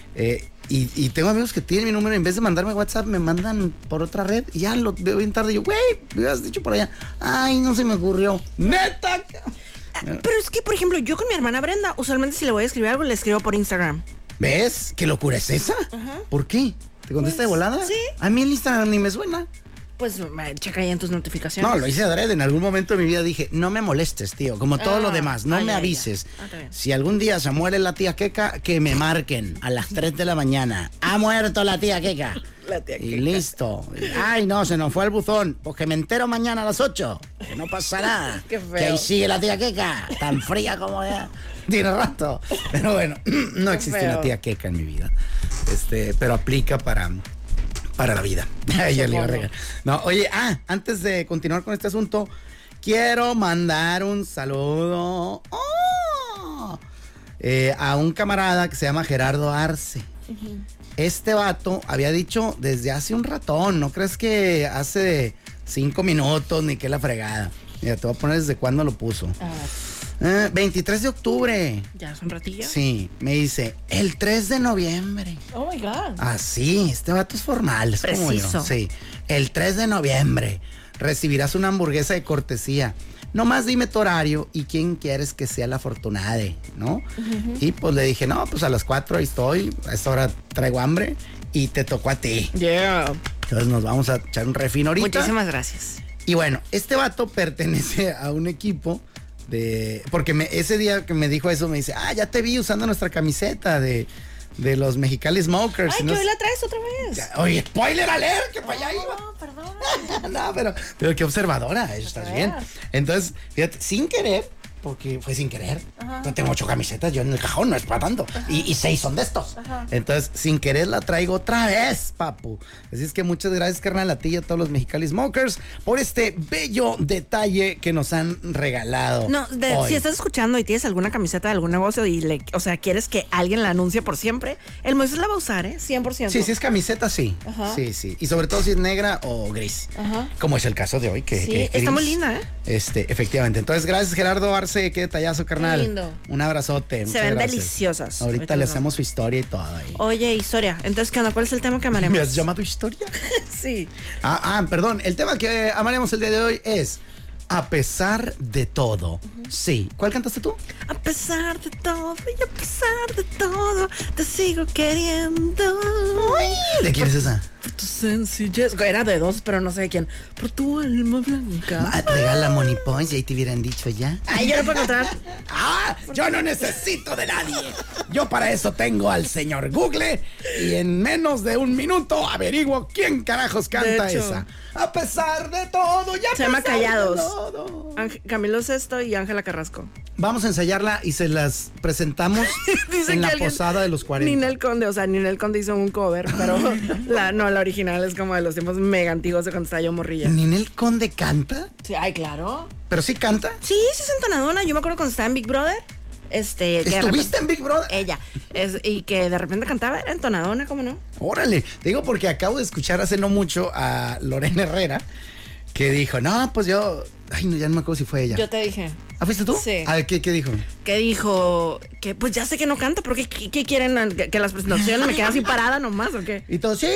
Y tengo amigos que tienen mi número y en vez de mandarme WhatsApp me mandan por otra red y ya lo veo bien tarde. Y yo, güey, me hubieras dicho por allá. Ay, no se me ocurrió. ¡Neta! Pero es que, por ejemplo, yo con mi hermana Brenda, usualmente si le voy a escribir algo, le escribo por Instagram. ¿Ves? ¿Qué locura es esa? ¿Por qué? ¿Te contesta de volada? Sí. A mí el Instagram ni me suena. Pues checa ahí en tus notificaciones. No, lo hice adrede. En algún momento de mi vida dije, no me molestes, tío. Como todo lo demás, no me avises. Está bien. Si algún día se muere la tía Queca, que me marquen a las 3 de la mañana. Ha muerto la tía Queca. La tía Y Queca. listo. Ay, no, se nos fue el buzón. Pues que me entero mañana a las 8. Que no pasa nada. Qué feo. Que ahí sigue la tía Queca. Tan fría como ya. Tiene rato. Pero bueno, no existe feo. una tía Queca en mi vida. Pero aplica para la vida. Ya le iba a regar. No, oye, antes de continuar con este asunto, quiero mandar un saludo a un camarada que se llama Gerardo Arce. Este vato había dicho desde hace un ratón, no crees que hace 5 minutos ni que la fregada. Mira, te voy a poner desde cuándo lo puso. 23 de octubre. ¿Ya es un ratillo? Sí, me dice, el 3 de noviembre. Oh my God. Ah, sí, este vato es formal, es como yo. Preciso. Sí, el 3 de noviembre recibirás una hamburguesa de cortesía. Nomás dime tu horario y quién quieres que sea la afortunada, ¿no? Y pues le dije, no, pues a las 4 ahí estoy, a esta hora traigo hambre y te tocó a ti. Yeah. Entonces nos vamos a echar un refín ahorita. Muchísimas gracias. Y bueno, este vato pertenece a un equipo porque ese día que me dijo eso me dice, ya te vi usando nuestra camiseta de los Mexicali Smokers. Ay, que hoy la traes otra vez. Oye, spoiler alert, que para allá iba. No, perdón. No, pero qué observadora, estás bien. Entonces, fíjate, sin querer, porque fue sin querer. Yo tengo 8 camisetas, yo en el cajón no es para tanto. Y 6 son de estos. Entonces, sin querer la traigo otra vez, papu. Así es que muchas gracias, carnal, a ti y a todos los Mexicali Smokers por este bello detalle que nos han regalado. No, si estás escuchando y tienes alguna camiseta de algún negocio y quieres que alguien la anuncie por siempre, el Moisés la va a usar, 100%. Sí, si es camiseta, sí. Sí. Y sobre todo si es negra o gris. Como es el caso de hoy, que sí, es está muy linda, efectivamente. Entonces, gracias, Gerardo Arce, qué detallazo, carnal. Qué lindo. Un abrazote. Se ven deliciosas. Ahorita le hacemos su historia y todo ahí. Oye, historia. Entonces, ¿qué onda? ¿Cuál es el tema que amaremos? ¿Me has llamado historia? Sí. Perdón. El tema que amaremos el día de hoy es A pesar de todo. Sí. ¿Cuál cantaste tú? A pesar de todo y a pesar de todo, te sigo queriendo. Uy, ¿de quién es esa? Por tu sencillez. Era de dos, pero no sé de quién. Por tu alma blanca. Regala Money Points y ahí te hubieran dicho ya. Ay, yo no puedo encontrar. Yo no necesito de nadie. Yo para eso tengo al señor Google y en menos de un minuto averiguo quién carajos canta esa. A pesar de todo, ya. Se llama Callados. Camilo Sesto y Ángela Carrasco. Vamos a ensayarla y se las presentamos en la posada de los 40. Ninel Conde, Ninel Conde hizo un cover, pero la original es como de los tiempos mega antiguos de cuando estaba yo morrilla. ¿Ninel Conde canta? Sí, ay, claro. ¿Pero sí canta? Sí, es entonadona. Yo me acuerdo cuando estaba en Big Brother. ¿Estuviste en Big Brother? Ella. Y que de repente cantaba, era entonadona, ¿cómo no? Órale. Te digo porque acabo de escuchar hace no mucho a Lorena Herrera, que dijo, no, pues yo... Ay, no, ya no me acuerdo si fue ella. Yo te dije. ¿Ah, fuiste tú? Sí. A ver, ¿qué dijo? Que dijo que pues ya sé que no canto, pero ¿qué quieren? ¿Que las presentaciones me quedan así parada nomás o qué? Y todo, sí,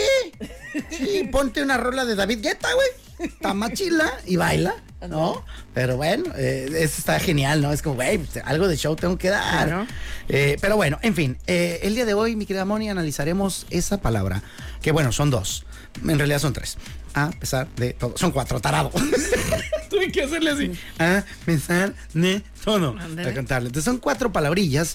ponte una rola de David Guetta, güey. Está más chila y baila, ¿no? Pero bueno, eso está genial, ¿no? Es como, güey, algo de show tengo que dar. Claro. Pero bueno, en fin, el día de hoy, mi querida Moni, analizaremos esa palabra, que bueno, son 2. En realidad son 3. A pesar de todo. Son 4, tarado. Tuve que hacerle así. A pesar de todo. Para cantarle. Entonces son 4 palabrillas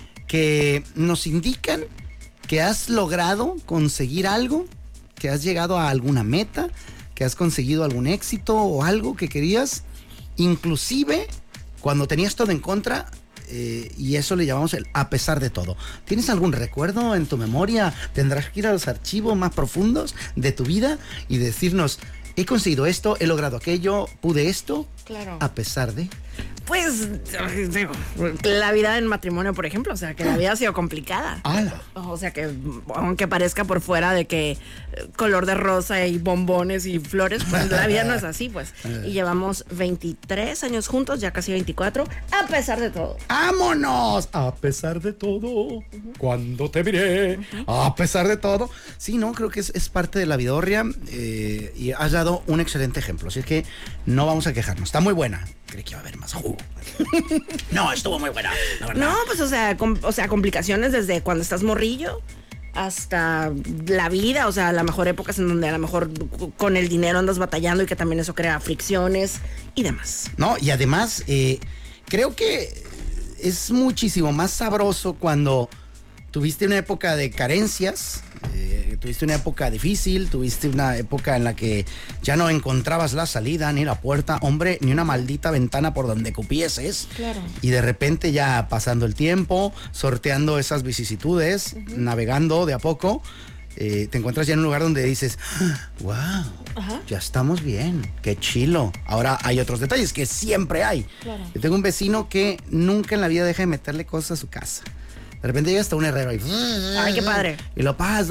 que nos indican que has logrado conseguir algo, que has llegado a alguna meta, que has conseguido algún éxito o algo que querías, inclusive cuando tenías todo en contra. Y eso le llamamos el a pesar de todo. ¿Tienes algún recuerdo en tu memoria? Tendrás que ir a los archivos más profundos de tu vida y decirnos, he conseguido esto, he logrado aquello, pude esto, claro, a pesar de... Pues, digo, la vida en matrimonio, por ejemplo, o sea, que la vida ha sido complicada. ¡Hala! O sea, que aunque parezca por fuera de que color de rosa y bombones y flores, pues la vida no es así, pues. Y llevamos 23 años juntos, ya casi 24, a pesar de todo. ¡Vámonos! A pesar de todo, cuando te miré, a pesar de todo. Sí, no, creo que es parte de la vidorria y has dado un excelente ejemplo, así es que no vamos a quejarnos. Está muy buena. Creí que iba a haber más jugo. No, estuvo muy buena, la verdad. No, pues, o sea, complicaciones desde cuando estás morrillo hasta la vida, o sea, la mejor época es en donde a lo mejor con el dinero andas batallando y que también eso crea fricciones y demás. No, y además, creo que es muchísimo más sabroso cuando tuviste una época de carencias, tuviste una época difícil, tuviste una época en la que ya no encontrabas la salida, ni la puerta, hombre, ni una maldita ventana por donde cupieses. Claro. Y de repente ya pasando el tiempo, sorteando esas vicisitudes, navegando de a poco, te encuentras ya en un lugar donde dices, wow, ya estamos bien, qué chilo. Ahora hay otros detalles que siempre hay. Claro. Yo tengo un vecino que nunca en la vida deja de meterle cosas a su casa. De repente llega hasta un herrero y... ¡Ay, qué padre! Y lo pasa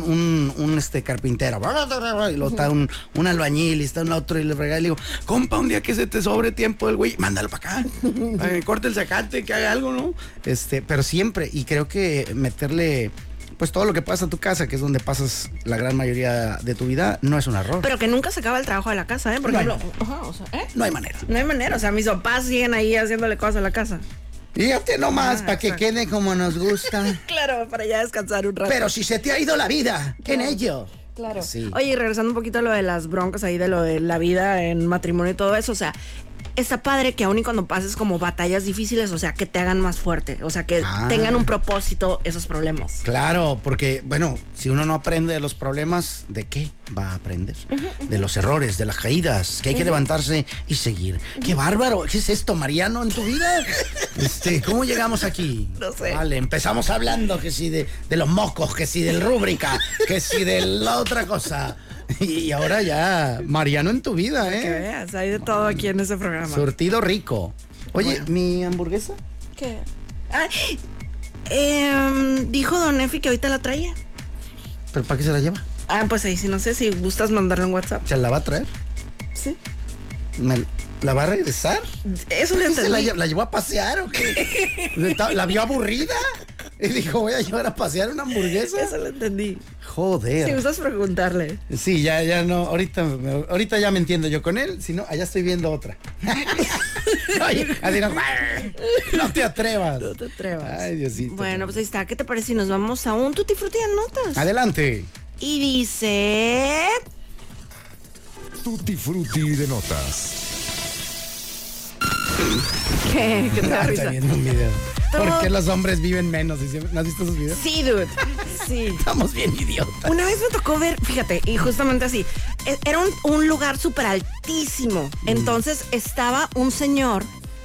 un carpintero. Y lo está un albañil y está un otro y le regala y le digo, compa, un día que se te sobre tiempo el güey, mándalo para acá. Corte el zacate, que haga algo, ¿no? Pero siempre, y creo que meterle... Pues todo lo que pasa a tu casa, que es donde pasas la gran mayoría de tu vida, no es un error. Pero que nunca se acaba el trabajo de la casa, ¿eh? Por ejemplo, no hay manera. No hay manera, o sea, mis papás siguen ahí haciéndole cosas a la casa. Fíjate nomás, para que quede como nos gusta. Claro, para ya descansar un rato. Pero si se te ha ido la vida, claro, en ello. Claro. Sí. Oye, y regresando un poquito a lo de las broncas ahí, de lo de la vida en matrimonio y todo eso, o sea, está padre que aún y cuando pases como batallas difíciles, o sea, que te hagan más fuerte, o sea, que tengan un propósito esos problemas. Claro, porque, bueno, si uno no aprende de los problemas, ¿de qué va a aprender? De los errores, de las caídas, que hay que levantarse y seguir. ¡Qué bárbaro! ¿Qué es esto, Mariano, en tu vida? ¿Cómo llegamos aquí? No sé. Vale, empezamos hablando que si de los mocos, que si del rúbrica, que si de la otra cosa. Y ahora ya, Mariano en tu vida, ¿eh? Que veas, hay de todo aquí en ese programa. Surtido rico. Oye, bueno. ¿Mi hamburguesa? ¿Qué? Dijo Don Efi que ahorita la traía. ¿Pero para qué se la lleva? Pues ahí sí, no sé si gustas mandarle un WhatsApp. ¿Se la va a traer? Sí. ¿La va a regresar? Eso le entendí. ¿La llevó a pasear o qué? ¿La vio aburrida? Y dijo, voy a llevar a pasear una hamburguesa. Eso lo entendí. Joder. Si gustas preguntarle. Sí, ya no, ahorita ya me entiendo yo con él, si no, allá estoy viendo otra. Oye, así no te atrevas. No te atrevas. Ay, Diosito. Bueno, pues ahí está. ¿Qué te parece si nos vamos a un Tutti Frutti de notas? Adelante. Y dice... Tutti Frutti de notas. ¿Qué te da risa? Está viendo un video. ¿Por qué los hombres viven menos? ¿No has visto esos videos? Sí, dude. Sí. Estamos bien idiotas. Una vez me tocó ver, fíjate, y justamente así, era un lugar súper altísimo. Entonces estaba un señor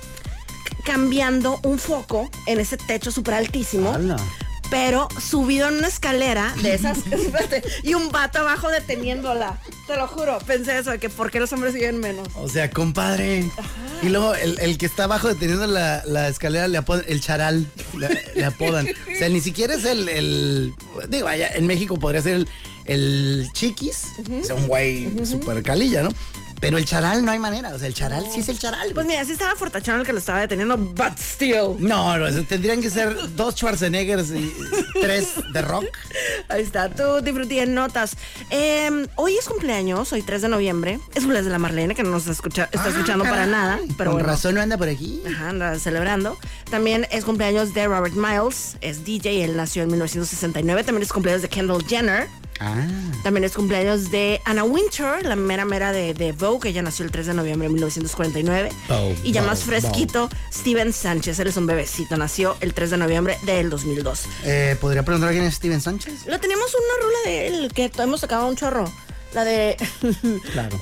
cambiando un foco en ese techo súper altísimo. ¡Hala! Pero subido en una escalera de esas, y un vato abajo deteniéndola. Te lo juro, pensé eso, de que por qué los hombres viven menos. O sea, compadre. Ajá. Y luego el que está abajo deteniendo la escalera le apodan el charal, le apodan. O sea, ni siquiera es digo, allá en México podría ser el chiquis, o sea, un güey super calilla, ¿no? Pero el charal no hay manera, o sea, el charal sí es el charal. Pues mira, sí estaba fortachón el que lo estaba deteniendo, but still. No, tendrían que ser 2 Schwarzeneggers y 3 de Rock. Ahí está, tú disfruté en notas. Hoy es cumpleaños, hoy 3 de noviembre. Es cumpleaños de la Marlene, que no nos está escuchando para nada. Pero con razón no anda por aquí. Ajá, anda celebrando. También es cumpleaños de Robert Miles, es DJ, él nació en 1969. También es cumpleaños de Kendall Jenner. También es cumpleaños de Anna Wintour, la mera de Vogue, que ella nació el 3 de noviembre de 1949. Y ya más fresquito, Steven Sánchez, él es un bebecito, nació el 3 de noviembre del 2002. ¿Podría preguntar quién es Steven Sánchez? Lo tenemos una rola de él, que hemos sacado un chorro. La de... Claro.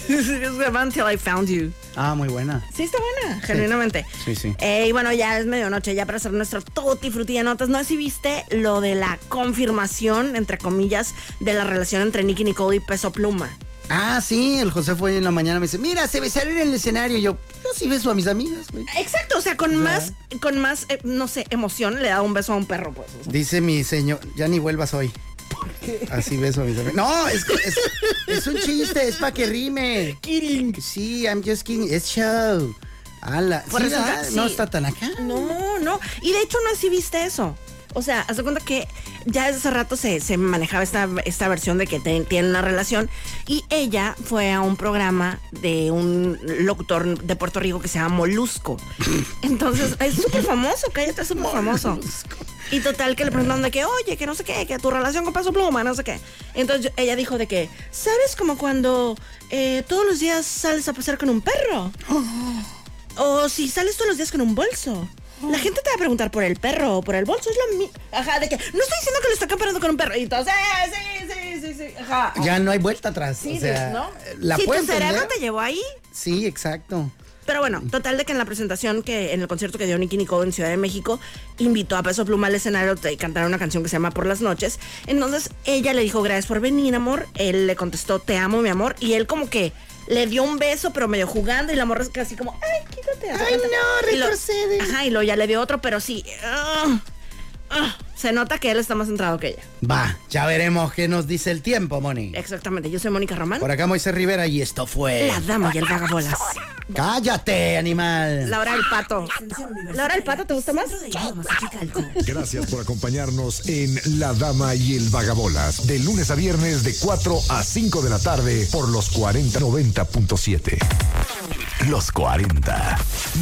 Until I Found You. Muy buena. Sí, está buena, genuinamente. Sí. Y bueno, ya es medianoche, ya para hacer nuestro Tutti Frutti de notas. No sé si viste lo de la confirmación, entre comillas, de la relación entre Nicki Nicole y Peso Pluma. Sí, el José fue en la mañana, me dice, mira, se besaron en el escenario. Yo sí beso a mis amigas, güey. Exacto, o sea, con más, no sé, emoción le da un beso a un perro, pues. O sea. Dice mi señor, ya ni vuelvas hoy. Así beso a mis amigos. No, es un chiste, es para que rime. Kidding. Sí, I'm just kidding. Es show. Sí, no está tan acá. No. Y de hecho no sé si viste eso. O sea, haz de cuenta que ya desde hace rato se manejaba esta versión de que tienen una relación. Y ella fue a un programa de un locutor de Puerto Rico que se llama Molusco. Entonces, es súper famoso, cállate, es súper famoso. Y total, que le preguntaron de que, oye, que no sé qué, que tu relación con Peso Pluma, no sé qué. Entonces ella dijo de que, ¿sabes como cuando todos los días sales a pasear con un perro? O si sales todos los días con un bolso. La gente te va a preguntar por el perro o por el bolso. Es lo mismo. Ajá, de que no estoy diciendo que lo está comparando con un perro. Y entonces, sí. Ajá. Ya no hay vuelta atrás. Sí, o sea, ¿no? La si tu cerebro cerebro te llevó ahí. Sí, exacto. Pero bueno, total de que en la presentación, en el concierto que dio Nicki Nicole en Ciudad de México, invitó a Peso Pluma al escenario y cantaron una canción que se llama Por las Noches. Entonces ella le dijo, gracias por venir, amor. Él le contestó, te amo, mi amor. Y él como que le dio un beso, pero medio jugando, y la morra casi como, ay, quítate. Ay, no, retrocede. Ajá, y luego ya le dio otro, pero sí. Se nota que él está más centrado que ella. Va, ya veremos qué nos dice el tiempo, Moni. Exactamente, yo soy Mónica Román. Por acá Moisés Rivera y esto fue... La Dama y el Vagabolas. ¡Cállate, animal! La Hora del Pato. ¿La Hora del Pato te gusta más? Gracias por acompañarnos en La Dama y el Vagabolas, de lunes a viernes de 4 a 5 de la tarde por los 4090.7. Los 40.